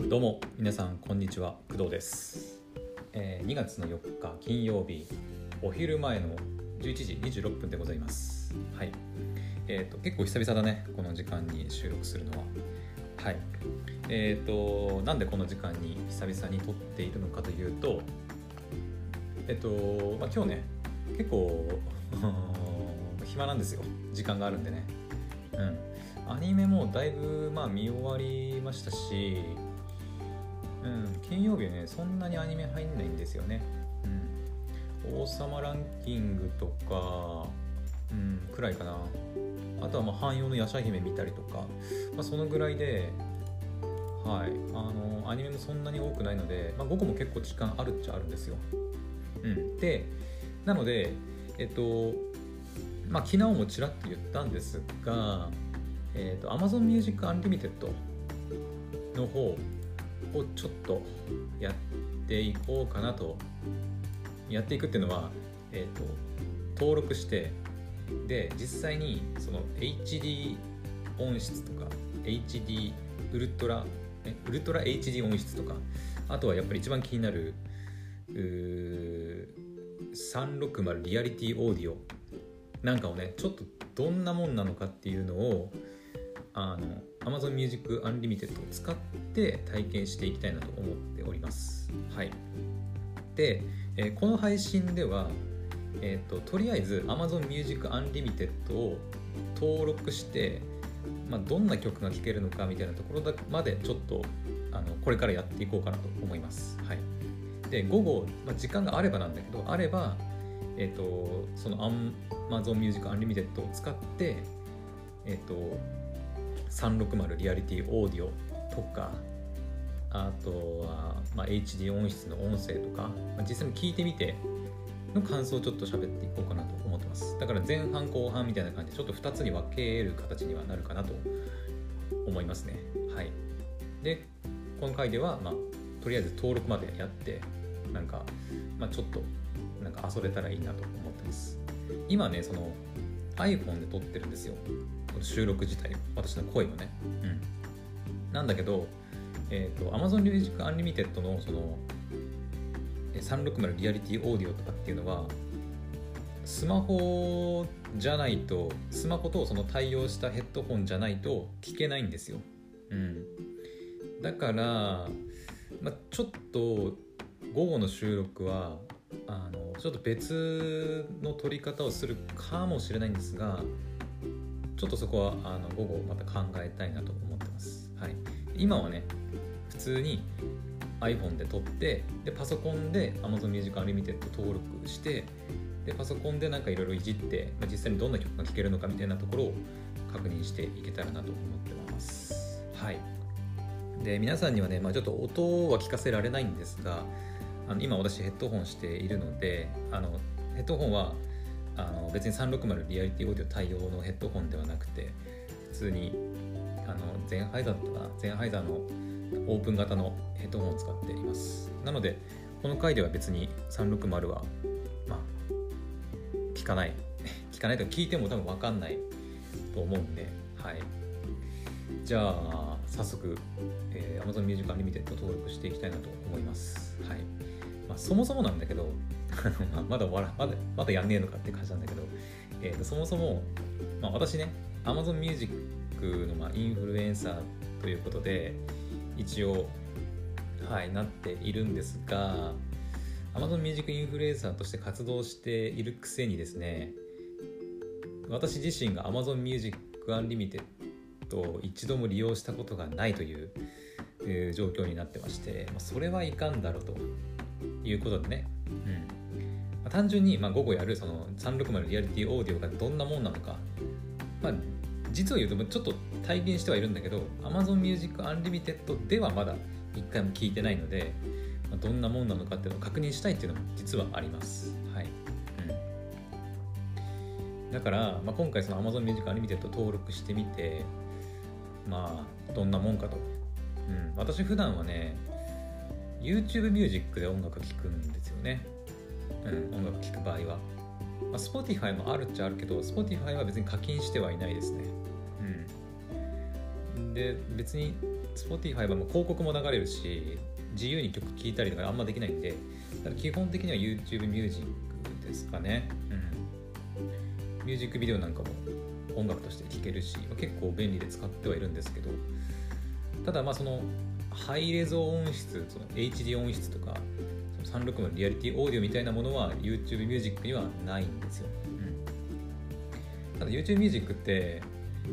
どうも皆さんこんにちは、工藤です。2月の4日金曜日お昼前の11時26分でございます。はい。結構久々だね、この時間に収録するのは。はい。なんでこの時間に久々に撮っているのかというと、今日ね結構暇なんですよ。時間があるんでね。アニメもだいぶ見終わりましたし、金曜日はねそんなにアニメ入んないんですよね。王様ランキングとか、くらいかな。あとは汎用の夜叉姫見たりとか、そのぐらいで、はい、アニメもそんなに多くないので、午後も結構時間あるっちゃあるんですよ。で、なので昨日もちらっと言ったんですが、Amazon Music Unlimited の方をちょっとやっていこうかなと。やっていくっていうのは、登録して、で実際にその HD 音質とか HD ウルトラ HD 音質とか、あとはやっぱり一番気になる360リアリティオーディオなんかをね、ちょっとどんなもんなのかっていうのをAmazon Music Unlimited を使って体験していきたいなと思っております。はい。で、この配信では、とりあえず Amazon Music Unlimited を登録して、どんな曲が聴けるのかみたいなところまでちょっとこれからやっていこうかなと思います。はい。で、午後、時間があればなんだけど、あれば、その Amazon Music Unlimited を使って、360リアリティオーディオとか、あとは、HD 音質の音声とか、実際に聞いてみての感想をちょっと喋っていこうかなと思ってます。だから前半後半みたいな感じでちょっと2つに分ける形にはなるかなと思いますね。はい。で、この回では、とりあえず登録までやって、ちょっと遊べたらいいなと思ってます。今ね、その iPhone で撮ってるんですよ。収録自体、私の声をね。なんだけど、Amazon Music Unlimited のその360リアリティオーディオとかっていうのはスマホじゃないと、スマホとその対応したヘッドホンじゃないと聞けないんですよ。だからちょっと午後の収録はちょっと別の撮り方をするかもしれないんですが、ちょっとそこは午後また考えたいなと思ってます。はい。今はね普通に iPhone で撮って、でパソコンで Amazon Music Unlimited 登録して、でパソコンでいろいろいじって、実際にどんな曲が聴けるのかみたいなところを確認していけたらなと思ってます。はい。で、皆さんにはね、ちょっと音は聞かせられないんですが、今私ヘッドホンしているので、ヘッドホンは別に360リアリティオーディオ対応のヘッドホンではなくて、普通にゼンハイザーのオープン型のヘッドホンを使っています。なのでこの回では別に360は聞かないと聞いても多分分かんないと思うんで、はい。じゃあ早速、Amazon Music Unlimited 登録していきたいなと思います。はい。そもそもなんだけどまだやんねえのかって感じなんだけど、そもそも、私ね Amazon Music のインフルエンサーということで一応なっているんですが、 Amazon Music インフルエンサーとして活動しているくせにですね、私自身が Amazon Music Unlimited を一度も利用したことがないという、状況になってまして、それはいかんだろうということでね、単純に午後やるその360リアリティオーディオがどんなもんなのか、実を言うとちょっと体験してはいるんだけど Amazon Music Unlimited ではまだ一回も聞いてないので、どんなもんなのかっていうのを確認したいっていうのも実はあります。はい。だから、今回その Amazon Music Unlimited 登録してみて、どんなもんかと。私普段はね YouTube Music で音楽聴くんですよね。音楽聴く場合は、Spotify もあるっちゃあるけど Spotify は別に課金してはいないですね。 で別に Spotify はもう広告も流れるし自由に曲聴いたりとかあんまできないんで、だから基本的には YouTube ミュージックですかね。ミュージックビデオなんかも音楽として聴けるし結構便利で使ってはいるんですけど、ただそのハイレゾ音質、その HD 音質とかその360のリアリティオーディオみたいなものは YouTube ミュージックにはないんですよ。ただ YouTube ミュージックって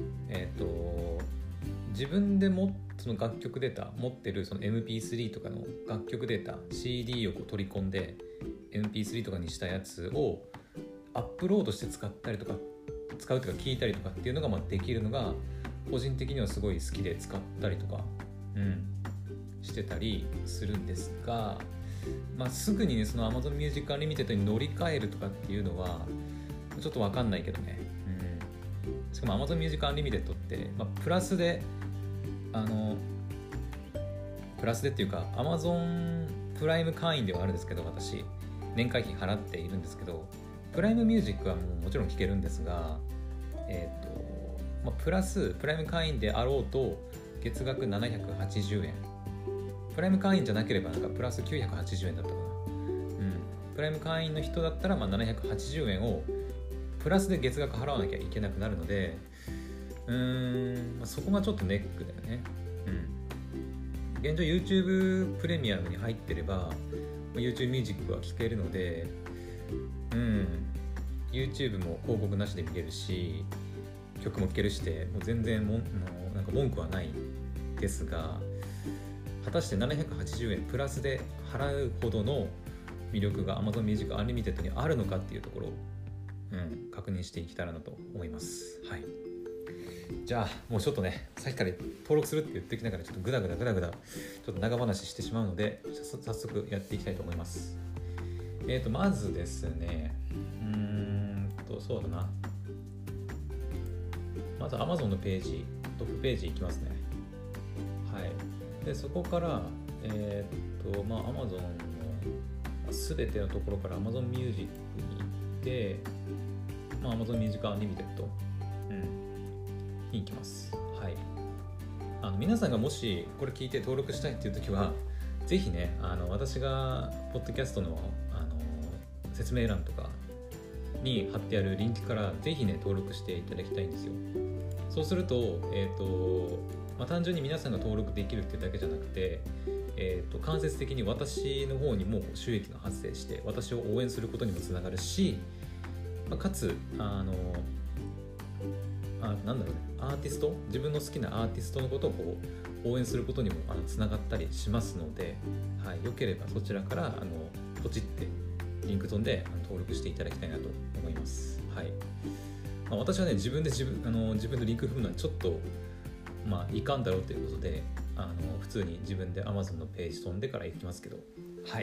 自分でその楽曲データ持ってるその MP3 とかの楽曲データ CD を取り込んで MP3 とかにしたやつをアップロードして使ったりとか使うとか聞いたりとかっていうのができるのが個人的にはすごい好きで使ったりとか、してたりするんですが、すぐにねその Amazon Music Unlimited に乗り換えるとかっていうのはちょっと分かんないけどね。しかも Amazon Music Unlimited って、プラスでっていうか Amazon プライム会員ではあるんですけど、私年会費払っているんですけど、プライムミュージックはもちろん聴けるんですが、プライム会員であろうと月額780円、プライム会員じゃなければプラス980円だったかな。プライム会員の人だったら780円をプラスで月額払わなきゃいけなくなるので、そこがちょっとネックだよね。現状 YouTube プレミアムに入ってれば YouTube ミュージックは聴けるので、YouTube も広告なしで見れるし曲も聴けるしでもう全然なんか文句はないですが、果たして780円プラスで払うほどの魅力が Amazon Music Unlimited にあるのかっていうところを、確認していけたらなと思います。はい。じゃあもうちょっとね、さっきから登録するって言ってきながらちょっとグダグダちょっと長話してしまうので早速やっていきたいと思います。まずですね、そうだな、まず Amazon のページ、トップページいきますね。はい。でそこから Amazon の全てのところから Amazon Music に行って、Amazon Music Unlimited に行きます。はい。皆さんがもしこれ聞いて登録したいっていう時はぜひね、私がポッドキャストの、説明欄とかに貼ってあるリンクからぜひね登録していただきたいんですよ。そうすると単純に皆さんが登録できるっていうだけじゃなくて、間接的に私の方にも収益が発生して私を応援することにもつながるし、かつなんだろうね、アーティスト、自分の好きなアーティストのことを応援することにもつながったりしますので、はい、よければそちらからポチってリンク飛んで登録していただきたいなと思います。はい。私はね自分のリンク踏むのはちょっといかんだろうということで普通に自分で Amazon のページ飛んでから行きますけど、はい。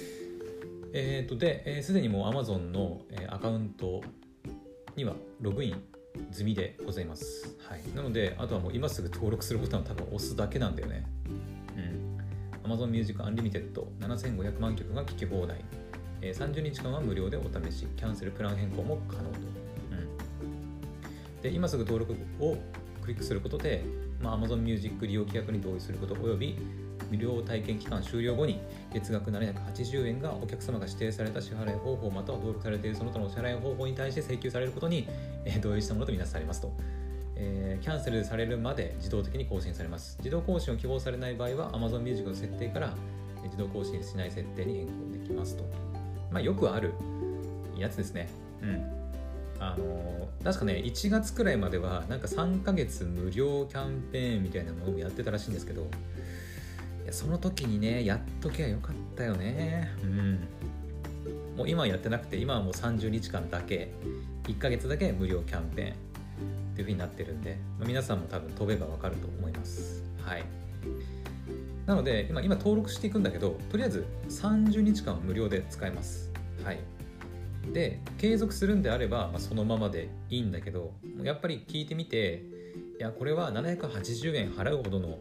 すでにもう Amazon のアカウントにはログイン済みでございます。はい。なのであとはもう今すぐ登録するボタンを多分押すだけなんだよね。Amazon Music Unlimited 7500万曲が聴き放題。30日間は無料でお試し、キャンセルプラン変更も可能と。で今すぐ登録をクリックすることで、Amazon Music 利用規約に同意することおよび無料体験期間終了後に月額780円がお客様が指定された支払い方法または登録されているその他のお支払い方法に対して請求されることに同意したものとみなされますと。キャンセルされるまで自動的に更新されます。自動更新を希望されない場合は Amazon Music の設定から自動更新しない設定に変更できますと。よくあるやつですね。確かね1月くらいまではなんか3ヶ月無料キャンペーンみたいなものもやってたらしいんですけど、いやその時にねやっときゃよかったよね。もう今はやってなくて、今はもう30日間だけ1ヶ月だけ無料キャンペーンっていう風になってるんで、皆さんも多分飛べばわかると思います。はい。なので今登録していくんだけど、とりあえず30日間は無料で使えます。はい。で継続するんであれば、そのままでいいんだけど、やっぱり聞いてみて、いやこれは780円払うほどの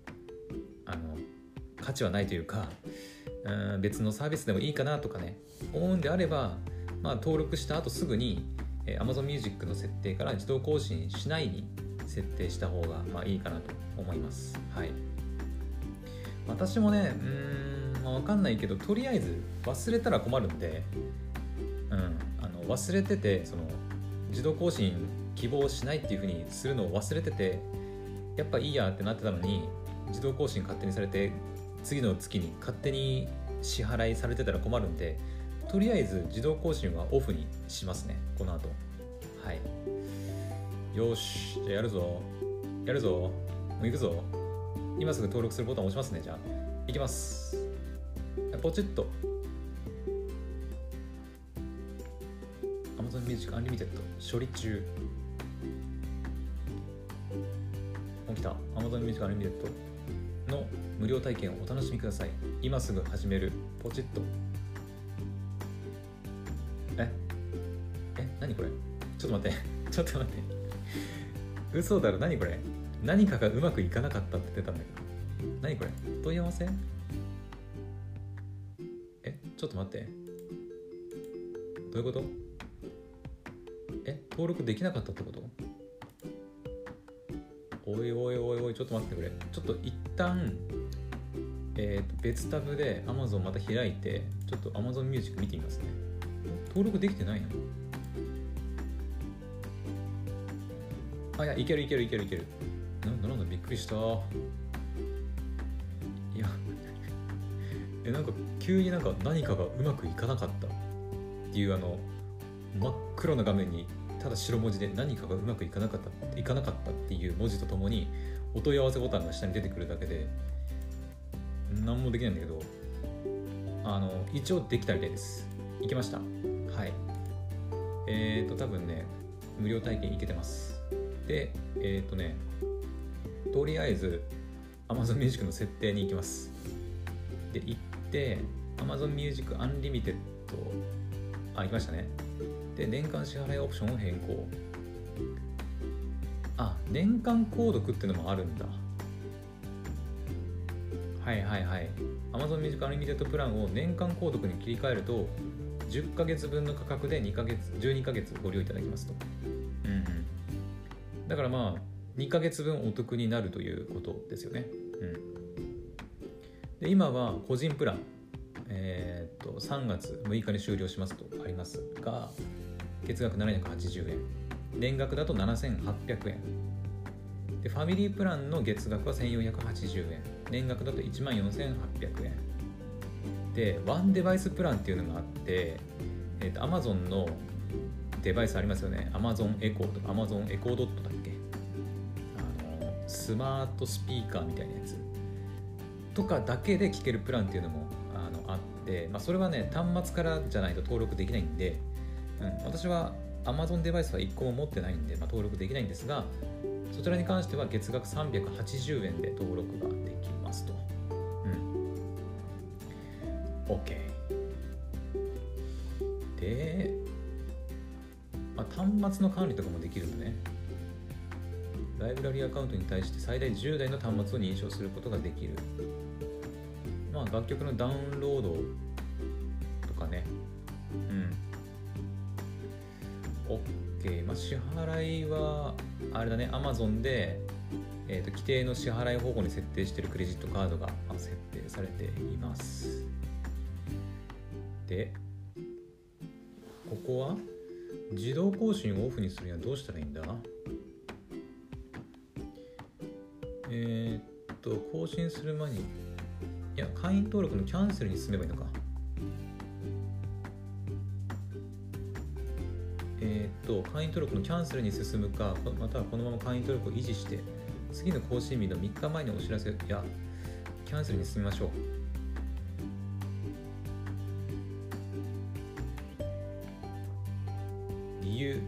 価値はないというか、別のサービスでもいいかなとかね思うんであれば、登録した後すぐにAmazon Music の設定から自動更新しないに設定した方がいいかなと思います。はい。私もね分かんないけど、とりあえず忘れたら困るんで、忘れててその自動更新希望しないっていう風にするのを忘れてて、やっぱいいやってなってたのに自動更新勝手にされて次の月に勝手に支払いされてたら困るんで、とりあえず自動更新はオフにしますね、この後。はい。よし、じゃあやるぞもう行くぞ。今すぐ登録するボタン押しますね。じゃあ行きます。ポチッと Amazon Music Unlimited 処理中。起きた。 Amazon Music Unlimited の無料体験をお楽しみください。今すぐ始める。ポチッと。何これ。ちょっと待って嘘だろ。何これ。何かがうまくいかなかったって出たんだけど、何これ。問い合わせ。ちょっと待って、どういうこと。登録できなかったってこと。おいちょっと待ってくれ。ちょっと一旦別タブで Amazon また開いて、ちょっと Amazon Music 見てみますね。登録できてないの。いや、いける。なんだびっくりした。いやなんか急に何かがうまくいかなかったっていう真っ黒な画面にただ白文字で何かがうまくいかなかったっていう文字とともにお問い合わせボタンが下に出てくるだけで何もできないんだけど、一応できたみたいです。いけました。はい。多分ね無料体験いけてます。でとりあえず Amazon Music の設定に行きます。で行って Amazon Music Unlimited 行きましたね。で年間支払いオプションを変更。年間購読っていうのもあるんだ。はい Amazon Music Unlimited プランを年間購読に切り替えると10ヶ月分の価格で12ヶ月ご利用いただきますと。だから2ヶ月分お得になるということですよね。で今は個人プラン、3月6日に終了しますとありますが、月額780円、年額だと7800円で、ファミリープランの月額は1480円、年額だと14800円で、ワンデバイスプランっていうのがあって、Amazon のデバイスありますよね。 Amazon Echo とか Amazon Echo Dot だっけ、スマートスピーカーみたいなやつとかだけで聞けるプランっていうのもあって、それはね端末からじゃないと登録できないんで、私は Amazon デバイスは1個も持ってないんで、登録できないんですが、そちらに関しては月額380円で登録ができますと。OK で、端末の管理とかもできるのね。ライブラリーアカウントに対して最大10台の端末を認証することができる。楽曲のダウンロードとかね。OK。支払いはあれだね、Amazon で、規定の支払い方法に設定しているクレジットカードが設定されています。で、ここは自動更新をオフにするにはどうしたらいいんだ。更新する前に、会員登録のキャンセルに進めばいいのか。会員登録のキャンセルに進むか、またはこのまま会員登録を維持して次の更新日の3日前にお知らせやキャンセルに進みましょう。理由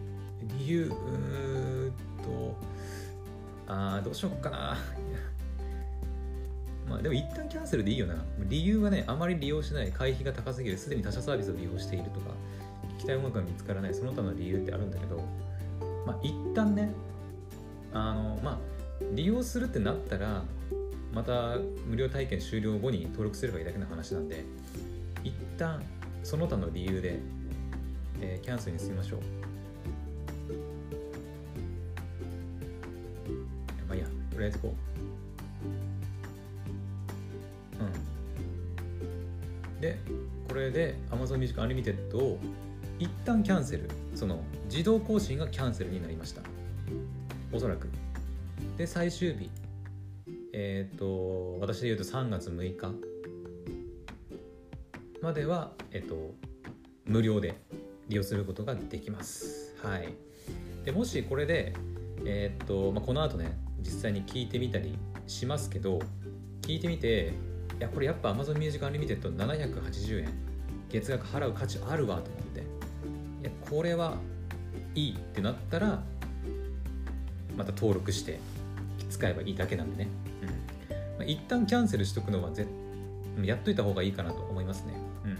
どうしよっかな。でも一旦キャンセルでいいよな。理由はね、あまり利用しない、会費が高すぎる、すでに他社サービスを利用しているとか、聞きたい音楽が見つからない、その他の理由ってあるんだけど、一旦ね、利用するってなったらまた無料体験終了後に登録すればいいだけの話なんで、一旦その他の理由で、キャンセルに進みましょう。 とりあえずこうでこれで Amazon Music Unlimited を一旦キャンセル、その自動更新がキャンセルになりました、おそらく。で最終日私で言うと3月6日までは無料で利用することができます。はい。でもしこれでこの後ね実際に聞いてみたりしますけど、聞いてみていやこれやっぱ Amazon Music Unlimited 780円月額払う価値あるわと思って、いやこれはいいってなったらまた登録して使えばいいだけなんでね、一旦キャンセルしとくのはやっといた方がいいかなと思いますね。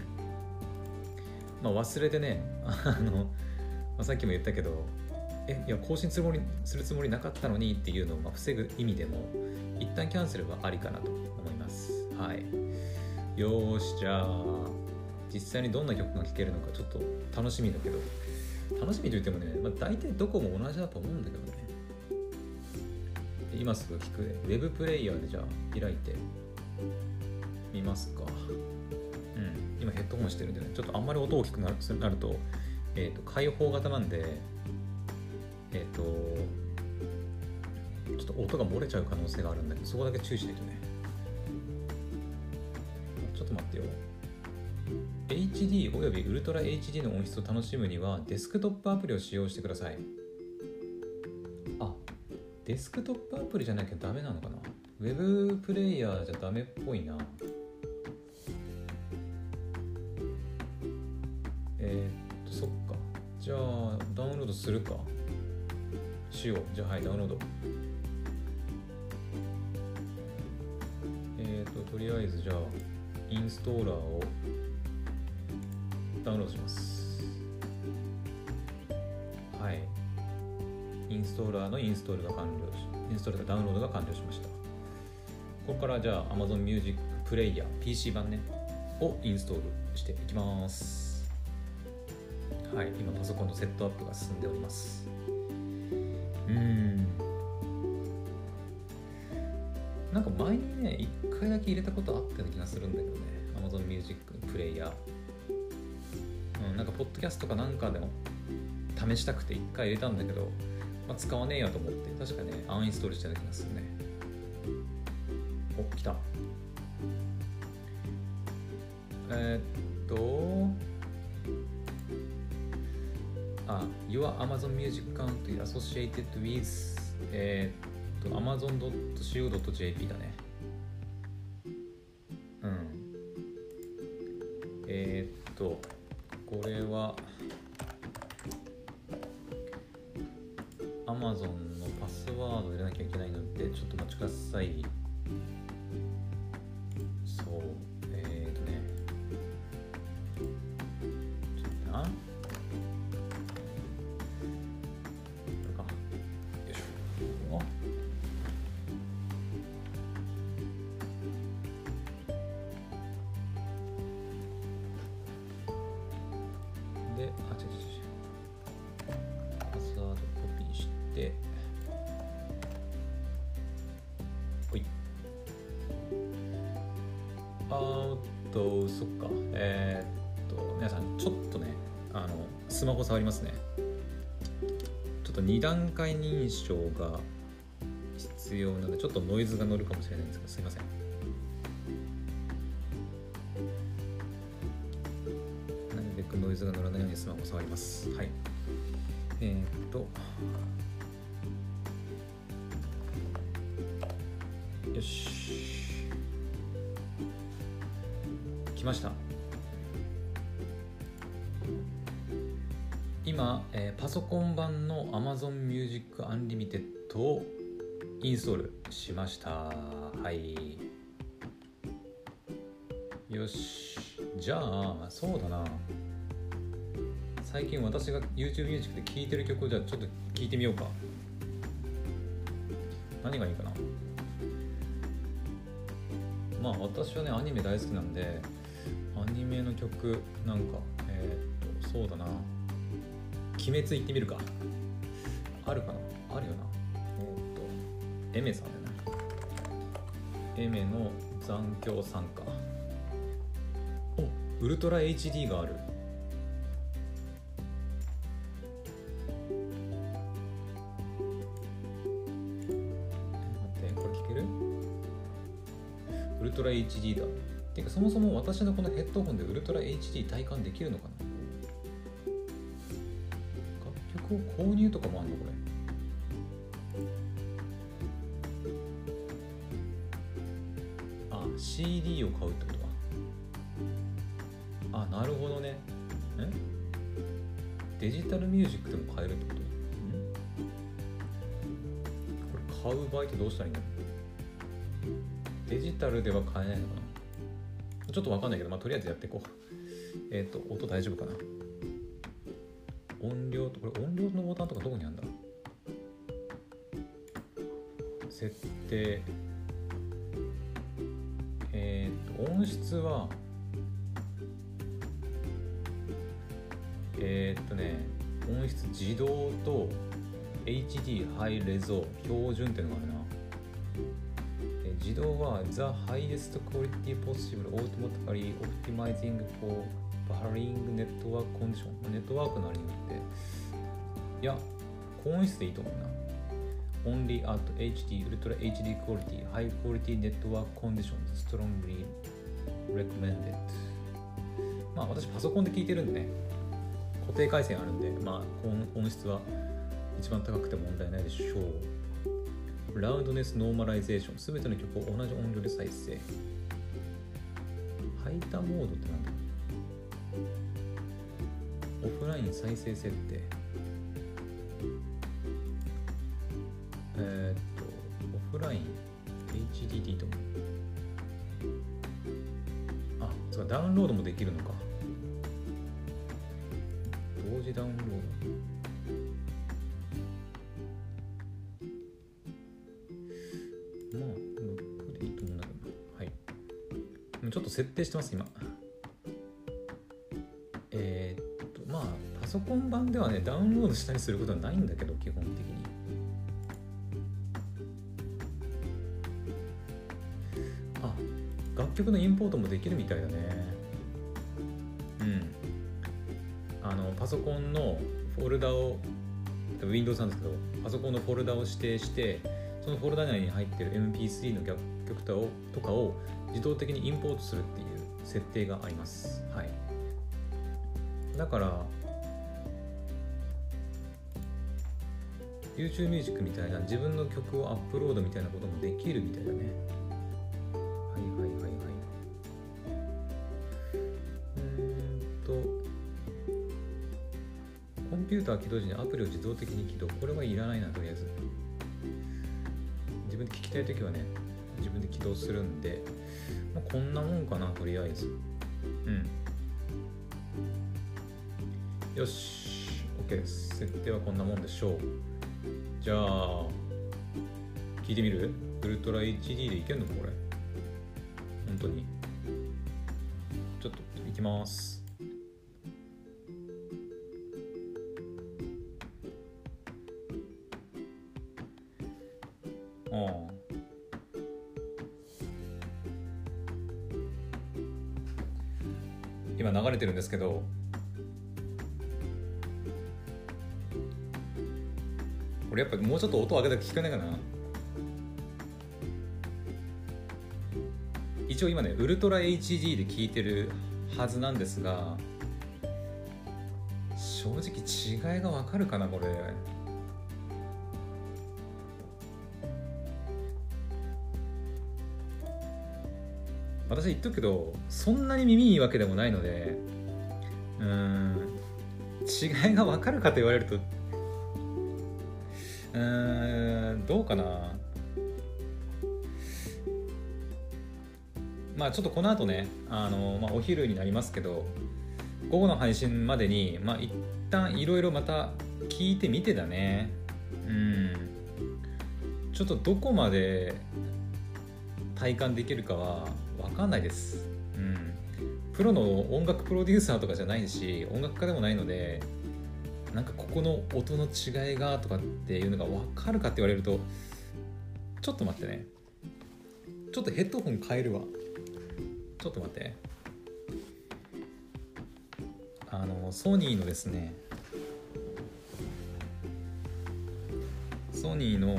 忘れてねさっきも言ったけどいや更新するつもりなかったのにっていうのを防ぐ意味でも一旦キャンセルはありかなと思います。はい。よーし、じゃあ実際にどんな曲が聴けるのかちょっと楽しみだけど、楽しみといってもね、大体どこも同じだと思うんだけどね。今すぐ聴くウェブプレイヤーでじゃあ開いてみますか。今ヘッドホンしてるんでね、ちょっとあんまり音大きくなると、開放型なんでちょっと音が漏れちゃう可能性があるんだけど、そこだけ注意しないとね。ちょっと待ってよ。HD およびウルトラ HD の音質を楽しむにはデスクトップアプリを使用してください。デスクトップアプリじゃなきゃダメなのかな。ウェブプレイヤーじゃダメっぽいな。そっか。じゃあダウンロードするか。しよう。じゃあはい、ダウンロード。とりあえずじゃあインストーラーをダウンロードします。はい。インストーラーのインストールがダウンロードが完了しました。ここからじゃあ Amazon Music Player PC 版ねをインストールしていきます。はい、今パソコンのセットアップが進んでおります。なんか前にね1回だけ入れたことあったような気がするんだけどね、 Amazon Music Player、なんかポッドキャストかなんかでも試したくて1回入れたんだけど、使わねえやと思って確かねアンインストールしたような気がするね。お、来た。Your Amazon Music account is associated with amazon.co.jp だね。これは Amazon のパスワードを入れなきゃいけないのでちょっとお待ちください。そう、ちょっとな。パスワードコピーしてほい。そっか。皆さんちょっとねスマホ触りますね。ちょっと2段階認証が必要なのでちょっとノイズが乗るかもしれないんですけど、すいません。なるべくノイズが乗らないようにスマホ触ります。はい。よし、来ました。今、パソコン版の Amazon Music Unlimited をインストールしました。はい。よし、じゃあそうだな、最近私が YouTube Music で聴いてる曲をじゃあちょっと聴いてみようか。何がいいかな。私はねアニメ大好きなんでアニメの曲なんかそうだな、鬼滅行ってみるか。あるかな。あるよな。 エメさんだな。エメの残響参加。お、ウルトラ HD がある。待って、これ聞ける？ウルトラ HD だ。ていうかそもそも私のこのヘッドホンでウルトラ HD 体感できるのかな。楽曲を購入とかもあるのこれ。CD を買うってことか。なるほどね。デジタルミュージックでも買えるってこと？これ買う場合ってどうしたらいいんだろう。デジタルでは買えないのかな。ちょっとわかんないけど、とりあえずやっていこう。音大丈夫かな。音量と、これ音量のボタンとかどこにあるんだ。設定。音質は音質自動と HD ハイレゾ標準っていうのがあるな。自動は The highest quality possible automatically optimizing for varying network condition。 ネットワークのあれによって、いや高音質でいいと思うな。Only at HD Ultra HD quality High quality network conditions strongly recommended。 私パソコンで聞いてるんでね、固定回線あるんで、音質は一番高くて問題ないでしょう。ラウンドネスノーマライゼーション、すべての曲を同じ音量で再生。ハイタモードってなんだ。オフライン再生設定。オフライン HDD とも。そうか、ダウンロードもできるのか。同時ダウンロード。6でいいと思うんだけどな。はい。ちょっと設定してます今。パソコン版ではね、ダウンロードしたりすることはないんだけど、基本的に。楽曲のインポートもできるみたいだね。パソコンのフォルダを Windows なんですけど、パソコンのフォルダを指定して、そのフォルダ内に入っている MP3 の楽曲とかを自動的にインポートするっていう設定があります。はい。だから YouTube ミュージックみたいな自分の曲をアップロードみたいなこともできるみたいだね。コンピューター起動時にアプリを自動的に起動。これはいらないな、とりあえず。自分で聞きたいときはね、自分で起動するんで、こんなもんかな、とりあえず。よし、OK です。設定はこんなもんでしょう。じゃあ、聞いてみる？ウルトラ HD でいけんのか、これ。本当に。ちょっと、いきます。今流れてるんですけど、これやっぱもうちょっと音を上げたら聞かないかな。一応今ね、ウルトラ HD で聞いてるはずなんですが、正直違いがわかるかな、これ。私言っとくけど、そんなに耳いいわけでもないので、違いが分かるかと言われると、どうかな。ちょっとこの後ね、お昼になりますけど、午後の配信までに、一旦いろいろまた聞いてみてだね。ちょっとどこまで体感できるかは分かんないです。プロの音楽プロデューサーとかじゃないし、音楽家でもないので、なんかここの音の違いがとかっていうのが分かるかって言われると、 ちょっと待ってね。ちょっとヘッドホン変えるわ。ちょっと待って。ソニーのですね、ソニーの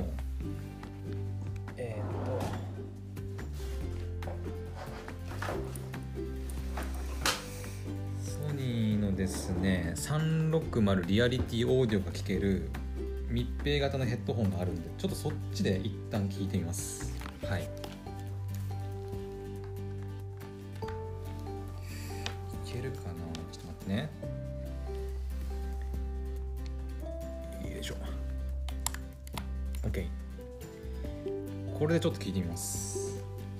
ソニーのですね360リアリティオーディオが聴ける密閉型のヘッドホンがあるんで、ちょっとそっちで一旦聞いてみます。はい、いけるかな。ちょっと待ってね。よいしょ。 OK、 これでちょっと聞いてみます。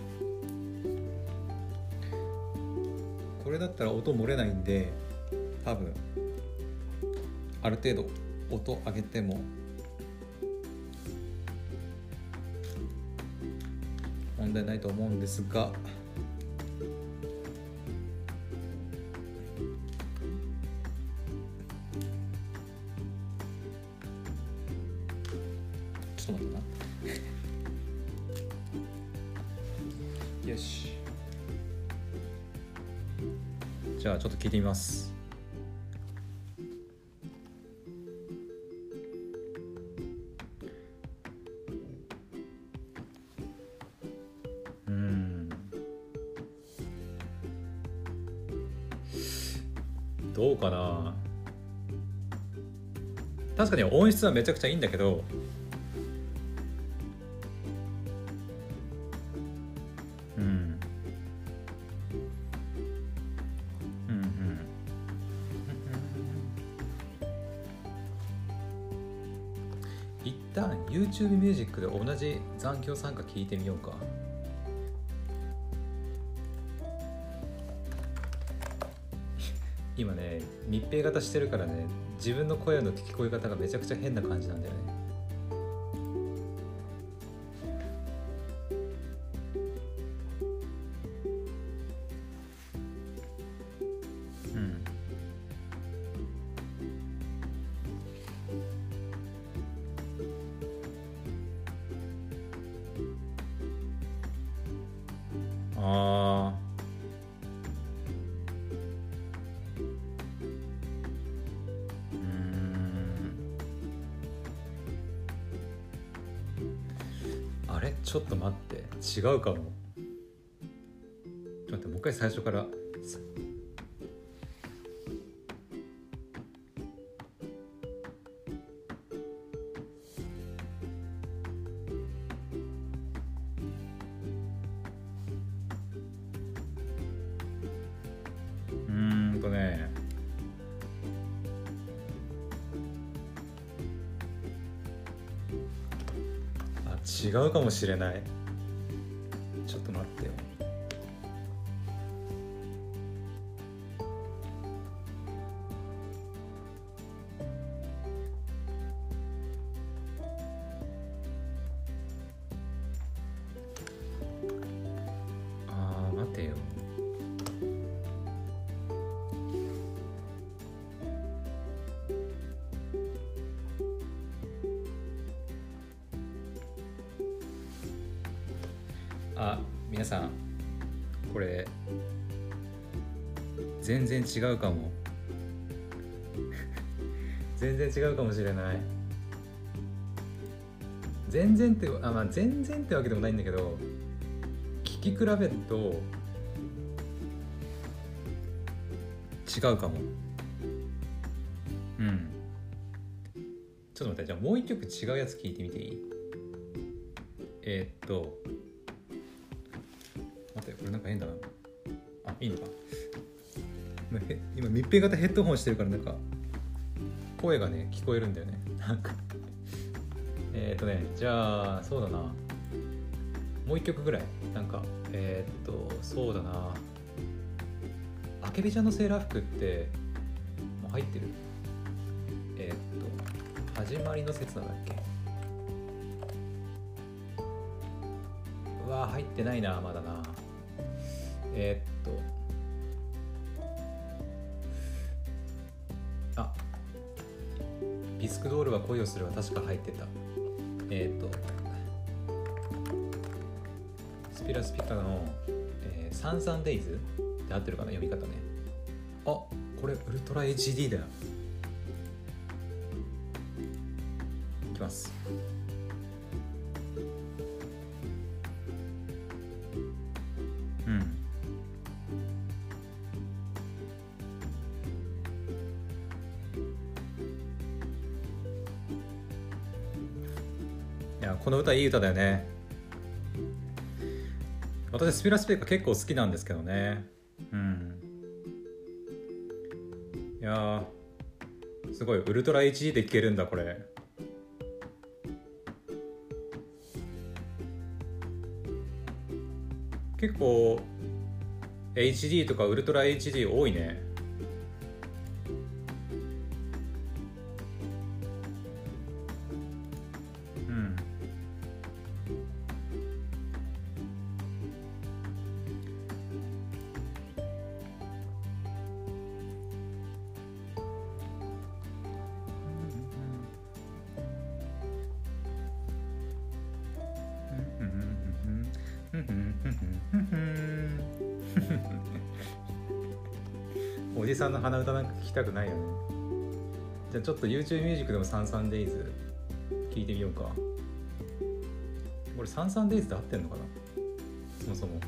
これだったら音漏れないんで、多分ある程度音上げても問題ないと思うんですが、ちょっと待ってな。よし、じゃあちょっと聞いてみます。どうかな。確かに音質はめちゃくちゃいいんだけど、一旦 YouTube ミュージックで同じ残響参加聞いてみようか。今ね密閉型してるからね、自分の声の聞こえ方がめちゃくちゃ変な感じなんだよね。あれちょっと待って、違うかも。ちょっと待って、もう一回最初から。違うかもしれない。ちょっと待ってよ。待てよ。皆さんこれ全然違うかも全然違うかもしれない。全然って全然ってわけでもないんだけど、聞き比べると違うかも。ちょっと待って、じゃあもう一曲違うやつ聞いてみていい？待って、これなんか変だな。いいのか。今密閉型ヘッドホンしてるからなんか声がね聞こえるんだよね。なんかじゃあそうだな、もう一曲ぐらいなんかそうだな、あけびちゃんのセーラー服ってもう入ってる？始まりの刹那だっけ？うわ入ってないな、まだな。ビスクドールは恋をするは確か入ってた。 スピラスピカの、サンサンデイズって合ってるかな、読み方ね。あ、これウルトラ HD だよ。いきます。いや、この歌いい歌だよね。私スピラスピカ結構好きなんですけどね。いやすごいウルトラ HD で聴けるんだこれ。結構 HD とかウルトラ HD 多いね。おじさんの鼻歌なんか聞きたくないよね。じゃあちょっと YouTube ミュージックでもサンサンデイズ聞いてみようか。これサンサンデイズで合ってんのかな、そもそも。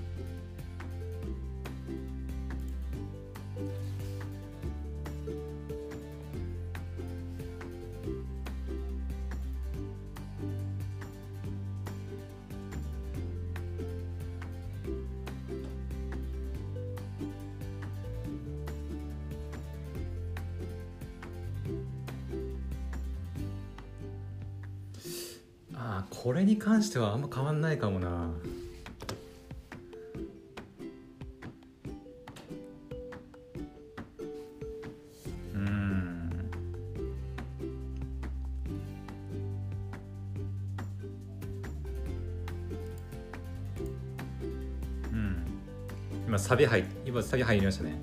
これに関してはあんま変わんないかもな。今サビ入りましたね。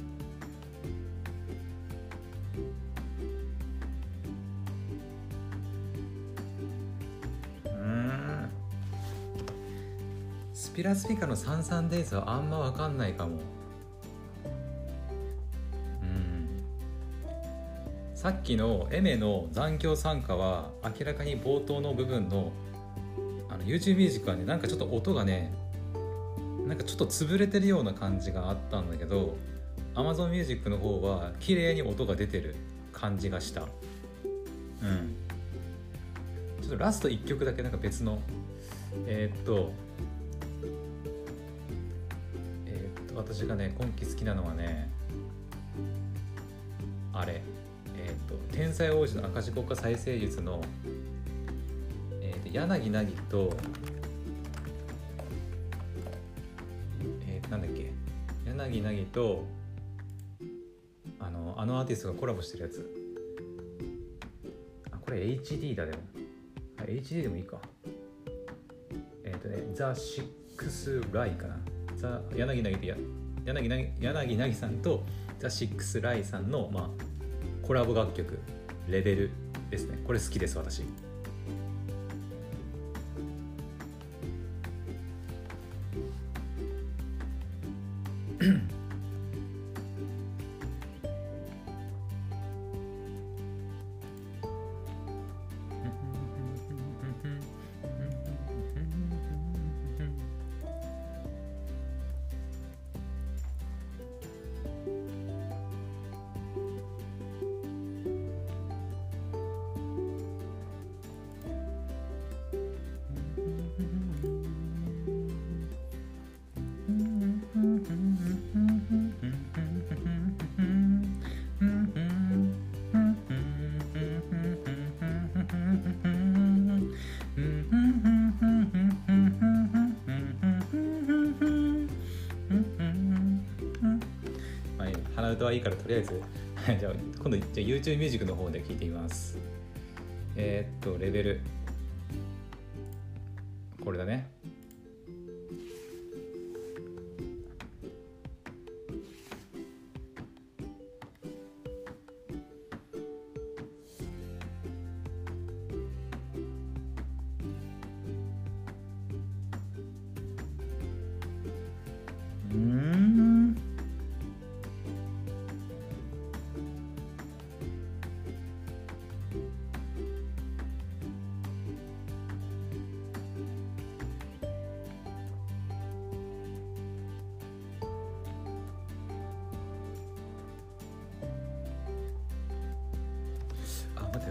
スピラスピカのサンサンデイズはあんま分かんないかも。さっきのエメの残響参加は明らかに冒頭の部分のYouTube ミュージックはね、なんかちょっと音がね、なんかちょっと潰れてるような感じがあったんだけど、 Amazon ミュージックの方は綺麗に音が出てる感じがした。ちょっとラスト1曲だけなんか別の私がね今期好きなのはね、あれ天才王子の赤字国家再生術の、柳凪となんだっけ、柳凪とあのアーティストがコラボしてるやつ。これ HD だ。でもHD でもいいか。ザ・シックス・ライかな。ザ・柳凪さんとザ・シックス・ライさんの、コラボ楽曲レベルですね。これ好きです私。鼻歌はいいからとりあえずじゃあ今度YouTube ミュージックの方で聴いてみます。レベルこれだね。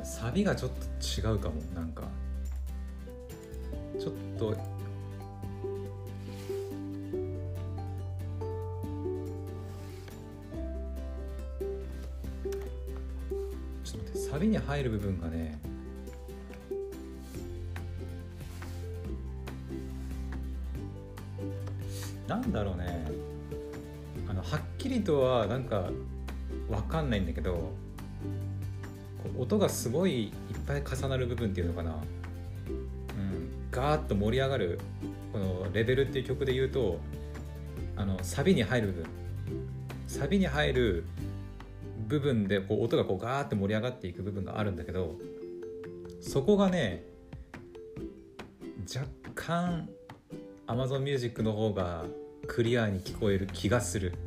サビがちょっと違うかも。なんかちょっとサビに入る部分がね、なんだろうね、はっきりとはなんか分かんないんだけど、音がすごいいっぱい重なる部分っていうのかな、ガーッと盛り上がるこのレベルっていう曲で言うと、サビに入る部分、サビに入る部分でこう音がこうガーッと盛り上がっていく部分があるんだけど、そこがね若干 Amazon Music の方がクリアに聞こえる気がする。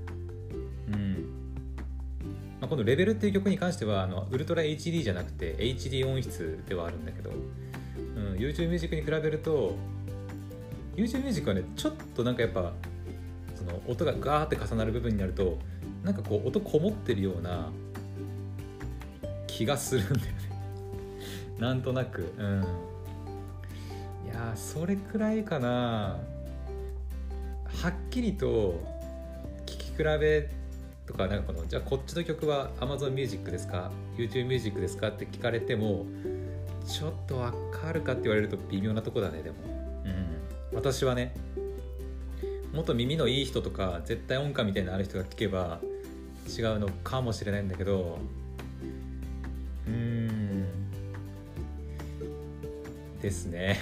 このレベルっていう曲に関してはウルトラ HD じゃなくて HD 音質ではあるんだけど、YouTube Music に比べると YouTube Music はねちょっとなんかやっぱその音がガーって重なる部分になるとなんかこう音こもってるような気がするんだよねなんとなく。いやそれくらいかな。はっきりと聴き比べとか、なんかじゃあこっちの曲は Amazon Music ですか YouTube Music ですかって聞かれてもちょっと分かるかって言われると微妙なとこだね。でも、私はねもっと耳のいい人とか絶対音感みたいなのある人が聞けば違うのかもしれないんだけど、ですね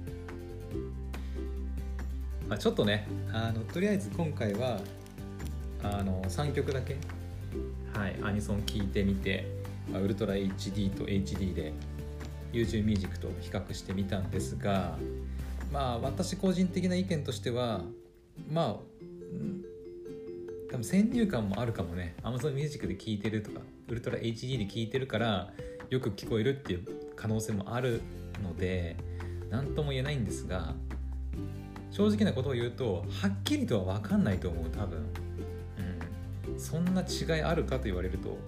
ちょっとねとりあえず今回は3曲だけ、アニソン聴いてみて、ウルトラ HD と HD で YouTube Music と比較してみたんですが、私個人的な意見としては多分先入観もあるかもね。 Amazon Music で聴いてるとかウルトラ HD で聴いてるからよく聞こえるっていう可能性もあるので何とも言えないんですが、正直なことを言うとはっきりとは分かんないと思う。多分そんな違いあるかと言われると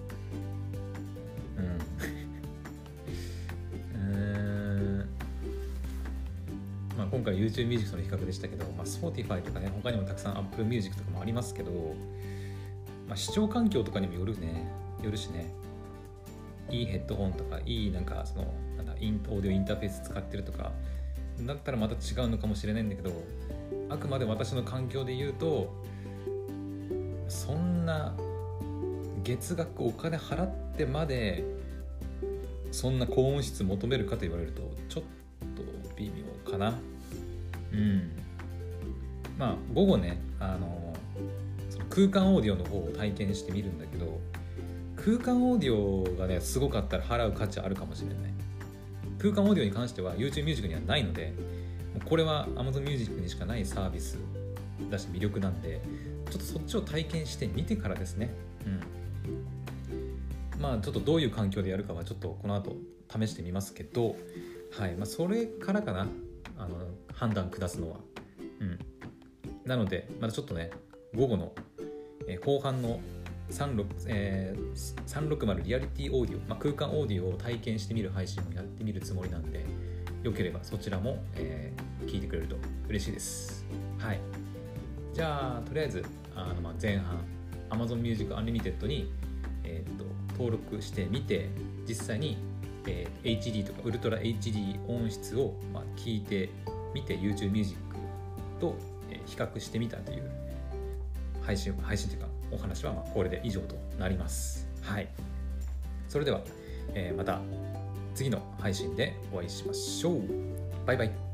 今回 YouTube Music との比較でしたけど、Spotify とかね他にもたくさん Apple Music とかもありますけど、視聴環境とかにもよるしね、いいヘッドホンとかいいなんかそのオーディオインターフェース使ってるとかだったらまた違うのかもしれないんだけど、あくまで私の環境で言うとそんな月額お金払ってまでそんな高音質求めるかと言われるとちょっと微妙かな。午後ねその空間オーディオの方を体験してみるんだけど、空間オーディオがねすごかったら払う価値あるかもしれない。空間オーディオに関しては YouTube Music にはないので、これは Amazon Music にしかないサービスだし魅力なんで、ちょっとそっちを体験してみてからですね。ちょっとどういう環境でやるかはちょっとこの後試してみますけど、それからかな判断下すのは。なのでまだちょっとね午後の、後半の360リアリティオーディオ、空間オーディオを体験してみる配信をやってみるつもりなんで、よければそちらも、聞いてくれると嬉しいです。じゃあとりあえず前半 Amazon Music Unlimited に、登録してみて実際に、HD とかウルトラ HD 音質を、聞いてみて YouTube Music と、比較してみたという配信というかお話はこれで以上となります。それでは、また次の配信でお会いしましょう。バイバイ。